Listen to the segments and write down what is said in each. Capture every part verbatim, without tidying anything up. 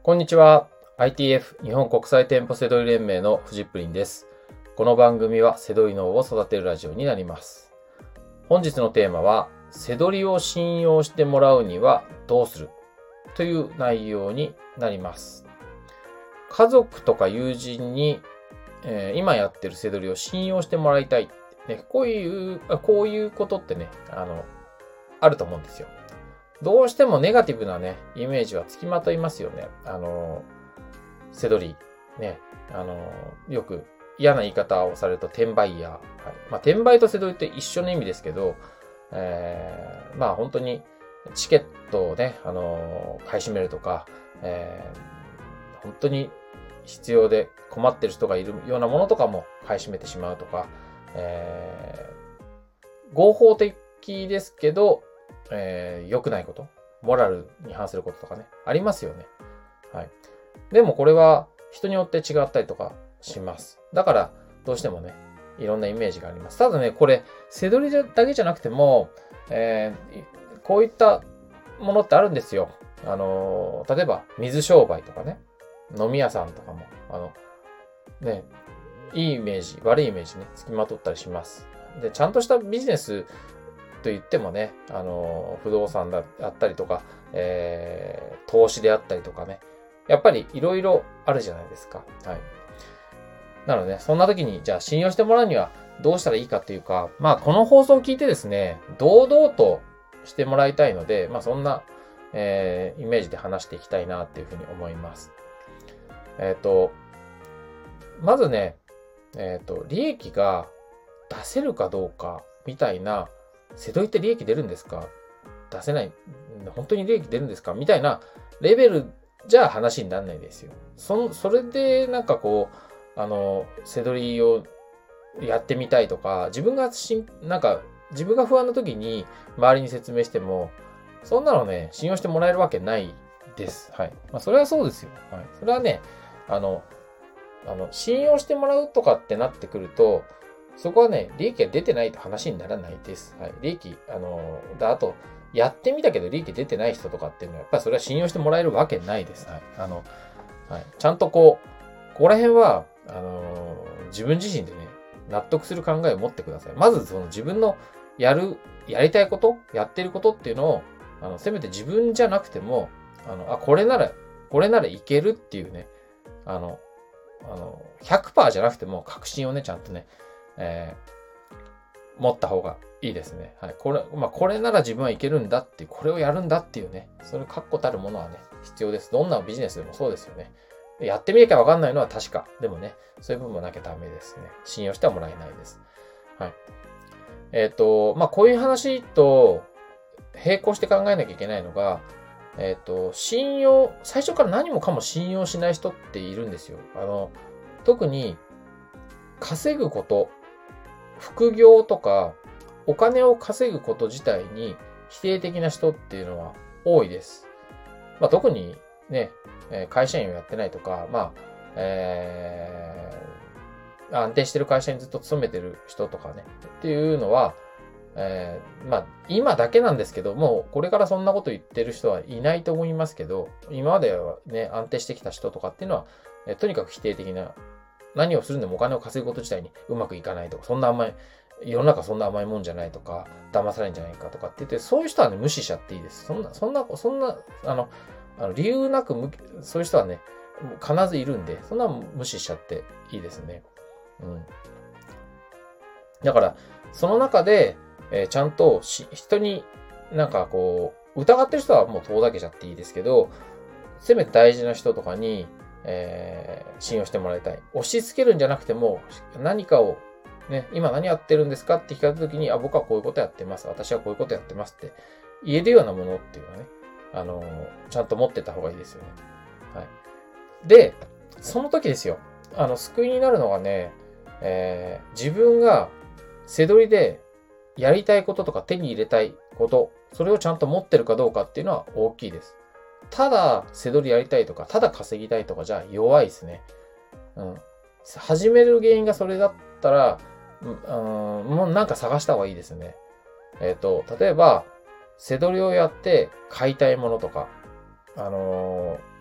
こんにちは。アイティーエフ 日本国際店舗セドリ連盟のフジプリンです。この番組はセドリ脳を育てるラジオになります。本日のテーマは、セドリを信用してもらうにはどうするという内容になります。家族とか友人に、えー、今やってるセドリを信用してもらいたい、ね、こういうこういうことってね、あのあると思うんですよ。どうしてもネガティブなね、イメージはつきまといますよね。あの、セドリ。ね。あの、よく嫌な言い方をされると転売ヤー。はい。まあ、転売とセドリって一緒の意味ですけど、えー、まあ本当にチケットをね、あの、買い占めるとか、えー、本当に必要で困ってる人がいるようなものとかも買い占めてしまうとか、えー、合法的ですけど、えー、良くないこと、モラルに反することとかね、ありますよね。はい。でもこれは人によって違ったりとかします。だからどうしてもね、いろんなイメージがあります。ただね、これ、セドリだけじゃなくても、えー、こういったものってあるんですよ。あのー、例えば水商売とかね、飲み屋さんとかも、あの、ね、いいイメージ、悪いイメージね、つきまとったりします。で、ちゃんとしたビジネスと言ってもね、あの、不動産だったりとか、えー、投資であったりとかね、やっぱりいろいろあるじゃないですか。はい。なので、ね、そんな時に、じゃあ信用してもらうにはどうしたらいいかっていうか、まあ、この放送を聞いてですね、堂々としてもらいたいので、まあ、そんな、えー、イメージで話していきたいなっていうふうに思います。えっと、まずね、えっと、利益が出せるかどうかみたいな、セドリって利益出るんですか？出せない？本当に利益出るんですか？みたいなレベルじゃ話にならないですよ。そ、それでなんかこう、あの、セドリをやってみたいとか、自分がし、なんか、自分が不安な時に周りに説明しても、そんなのね、信用してもらえるわけないです。はい。まあ、それはそうですよ。はい。それはね、あの、あの、信用してもらうとかってなってくると、そこはね、利益が出てないと話にならないです。はい。利益、あの、だ、あと、やってみたけど利益出てない人とかっていうのは、やっぱりそれは信用してもらえるわけないです。はい。あの、はい。ちゃんとこう、ここら辺は、あの、自分自身でね、納得する考えを持ってください。まず、その自分のやる、やりたいこと、やってることっていうのを、あの、せめて自分じゃなくても、あの、あ、これなら、これならいけるっていうね、あの、あの、ひゃくパーセント じゃなくても、確信をね、ちゃんとね、えー、持った方がいいですね。はい。これ、まあ、これなら自分はいけるんだっていう、これをやるんだっていうね、それ確固たるものはね、必要です。どんなビジネスでもそうですよね。やってみなきゃわかんないのは確か。でもね、そういう部分もなきゃダメですね。信用してはもらえないです。はい。えっと、まあ、こういう話と並行して考えなきゃいけないのが、えっと、信用、最初から何もかも信用しない人っているんですよ。あの、特に稼ぐこと、副業とか、お金を稼ぐこと自体に否定的な人っていうのは多いです。まあ、特にね、会社員をやってないとか、まあ、えー、安定してる会社にずっと勤めてる人とかね、っていうのは、えー、まあ、今だけなんですけど、もうこれからそんなこと言ってる人はいないと思いますけど、今まではね、安定してきた人とかっていうのは、えとにかく否定的な、何をするんでもお金を稼ぐこと自体にうまくいかないとか、そんな甘い、世の中そんな甘いもんじゃないとか、騙されるんじゃないかとかって言って、そういう人はね、無視しちゃっていいです。そんな、そんな、そんな、あの、あの理由なく、そういう人はね、必ずいるんで、そんな無視しちゃっていいですね。うん。だから、その中で、えー、ちゃんとし人になんかこう、疑ってる人はもう遠ざけちゃっていいですけど、せめて大事な人とかに、えー、信用してもらいたい。押し付けるんじゃなくても、何かを、ね、今何やってるんですかって聞かれたときに、あ、僕はこういうことやってます。私はこういうことやってますって言えるようなものっていうのはね、あのー、ちゃんと持ってた方がいいですよね。はい。で、その時ですよ。あの、救いになるのがね、えー、自分が背取りでやりたいこととか手に入れたいこと、それをちゃんと持ってるかどうかっていうのは大きいです。ただ、背取りやりたいとか、ただ稼ぎたいとかじゃ弱いですね。うん。始める原因がそれだったら、うん、もうなんか探した方がいいですね。えっと、例えば、背取りをやって買いたいものとか、あの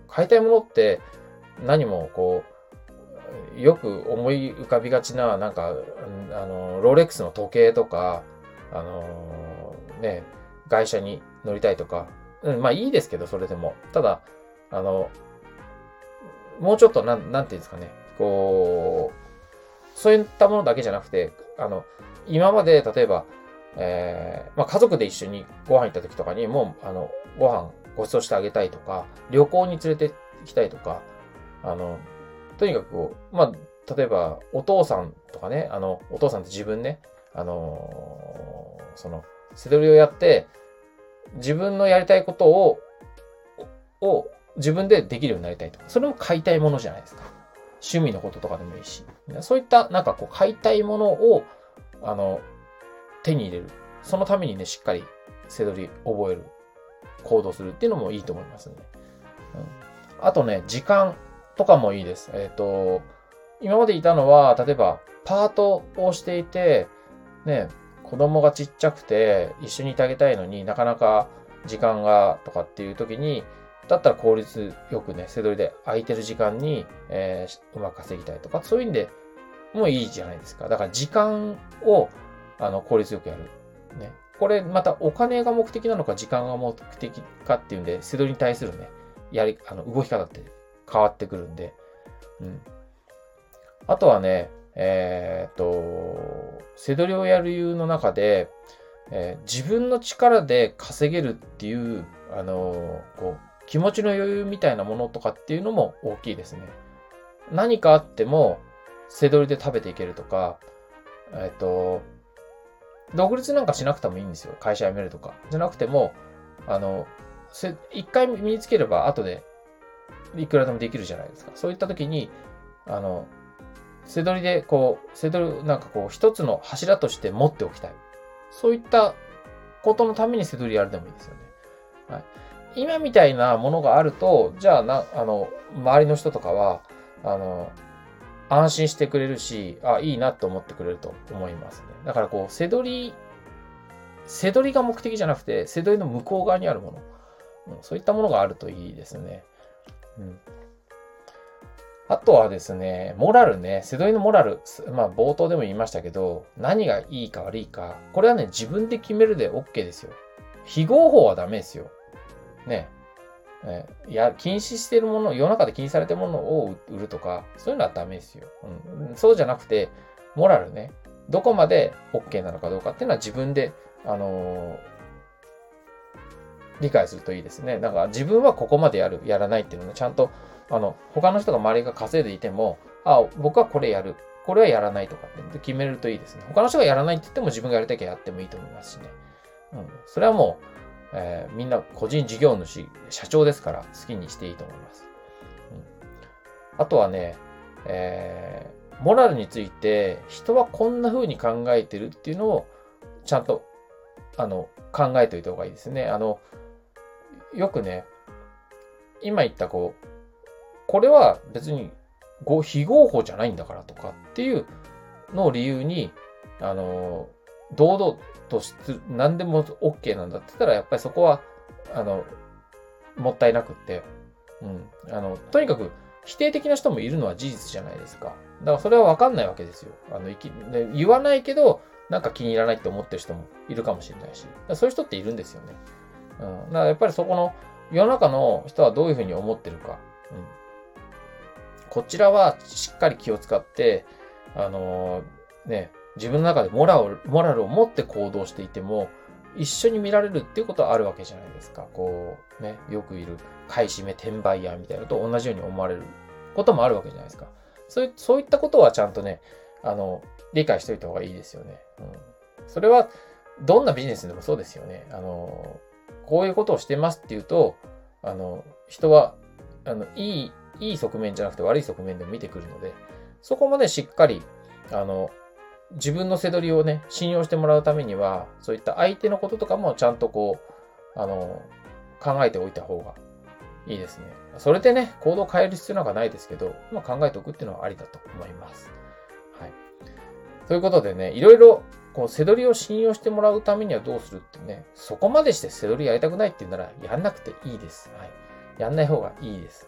買いたいものって何もこう、よく思い浮かびがちな、なんか、あの、ロレックスの時計とか、あのー、ね、外車に乗りたいとか、うん、まあいいですけど、それでも。ただ、あの、もうちょっと、なん、なんていうんですかね、こう、そういったものだけじゃなくて、あの、今まで、例えば、えー、まあ家族で一緒にご飯行った時とかに、もう、あの、ご飯ご馳走してあげたいとか、旅行に連れて行きたいとか、あの、とにかくこう、まあ、例えば、お父さんとかね、あの、お父さんって自分ね、あのー、その、背取りをやって、自分のやりたいことを、を自分でできるようになりたいとか、それも買いたいものじゃないですか。趣味のこととかでもいいし。そういった、なんかこう、買いたいものを、あの、手に入れる。そのためにね、しっかり背取り覚える。行動するっていうのもいいと思いますね。うん、あとね、時間とかもいいです。えっと、今までいたのは、例えば、パートをしていて、ね、子供がちっちゃくて一緒にいてあげたいのになかなか時間がとかっていう時に、だったら効率よくね、背取りで空いてる時間に、えー、うまく稼ぎたいとか、そういう意味でもういいじゃないですか。だから時間をあの効率よくやる。ね。これまたお金が目的なのか時間が目的かっていうんで、背取りに対するね、やり、あの動き方って変わってくるんで。うん。あとはね、えー、っと、背取りをやる理由の中で、えー、自分の力で稼げるっていう、あのー、こう、気持ちの余裕みたいなものとかっていうのも大きいですね。何かあっても、背取りで食べていけるとか、えっと、独立なんかしなくてもいいんですよ。会社辞めるとか。じゃなくても、あの、一回身につければ後でいくらでもできるじゃないですか。そういった時に、あの、背取りで、こう、背取り、なんかこう、一つの柱として持っておきたい。そういったことのために背取りやるでもいいですよね。はい。今みたいなものがあると、じゃあな、あの、周りの人とかは、あの、安心してくれるし、あ、いいなと思ってくれると思いますね。だからこう、背取り、背取りが目的じゃなくて、背取りの向こう側にあるもの。うん、そういったものがあるといいですね。うん。あとはですね、モラルね、背取りのモラル。まあ冒頭でも言いましたけど、何がいいか悪いか。これはね、自分で決めるで OK ですよ。非合法はダメですよ。ね。えいや、禁止しているもの、世の中で禁止されているものを売るとか、そういうのはダメですよ。うん、そうじゃなくて、モラルね、どこまで OK なのかどうかっていうのは自分で、あのー、理解するといいですね。だから自分はここまでやる、やらないっていうのをちゃんと、あの、他の人が周りが稼いでいても、あ、僕はこれやる、これはやらないとかって決めるといいですね。他の人がやらないって言っても自分がやりたきゃやってもいいと思いますしね。うん、それはもう、えー、みんな個人事業主、社長ですから好きにしていいと思います。うん、あとはね、えー、モラルについて人はこんな風に考えてるっていうのをちゃんとあの考えておいた方がいいですね。あの、よくね、今言ったこう、これは別に非合法じゃないんだからとかっていうのを理由に、あの、堂々とし何でも OK なんだって言ったら、やっぱりそこは、あの、もったいなくって、うん。あの、とにかく否定的な人もいるのは事実じゃないですか。だからそれはわかんないわけですよ。あの、言わないけど、なんか気に入らないって思ってる人もいるかもしれないし、そういう人っているんですよね。うん。だからやっぱりそこの世の中の人はどういうふうに思ってるか。うん。こちらはしっかり気を使って、あのー、ね、自分の中でモラル、モラルを持って行動していても、一緒に見られるっていうことはあるわけじゃないですか。こう、ね、よくいる買い占め転売ヤーみたいなのと同じように思われることもあるわけじゃないですか。そうい、そういったことはちゃんとね、あの、理解しておいた方がいいですよね。うん。それは、どんなビジネスでもそうですよね。あの、こういうことをしてますっていうと、あの、人は、あの、いい、いい側面じゃなくて悪い側面でも見てくるので、そこまでしっかり、あの、自分の背取りをね、信用してもらうためには、そういった相手のこととかもちゃんとこう、あの、考えておいた方がいいですね。それでね、行動を変える必要なんかないですけど、まあ、考えておくっていうのはありだと思います。はい。ということでね、いろいろ、こう、背取りを信用してもらうためにはどうするってね、そこまでして背取りやりたくないって言うなら、やんなくていいです。はい。やんない方がいいです。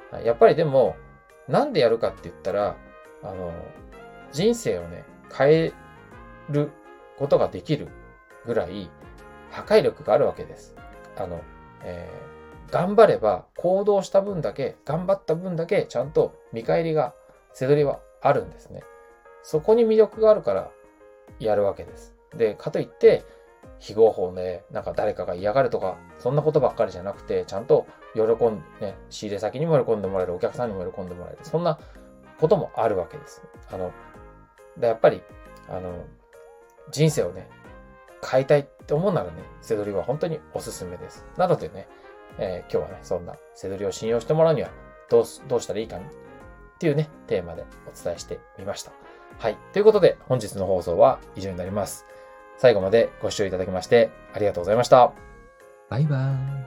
やっぱりでも、なんでやるかって言ったら、あの、人生をね、変えることができるぐらい破壊力があるわけです。あの、えー、頑張れば行動した分だけ、頑張った分だけちゃんと見返りが、背取りはあるんですね。そこに魅力があるからやるわけです。で、かといって、非合法で、なんか誰かが嫌がるとか、そんなことばっかりじゃなくて、ちゃんと喜んで、ね、仕入れ先にも喜んでもらえる、お客さんにも喜んでもらえる、そんなこともあるわけです。あの、でやっぱり、あの、人生をね、変えたいって思うならね、背取りは本当におすすめです。なのでね、えー、今日はね、そんな背取りを信用してもらうにはどう、どうしたらいいかっていうね、テーマでお伝えしてみました。はい。ということで、本日の放送は以上になります。最後までご視聴いただきましてありがとうございました。 バイバーイ。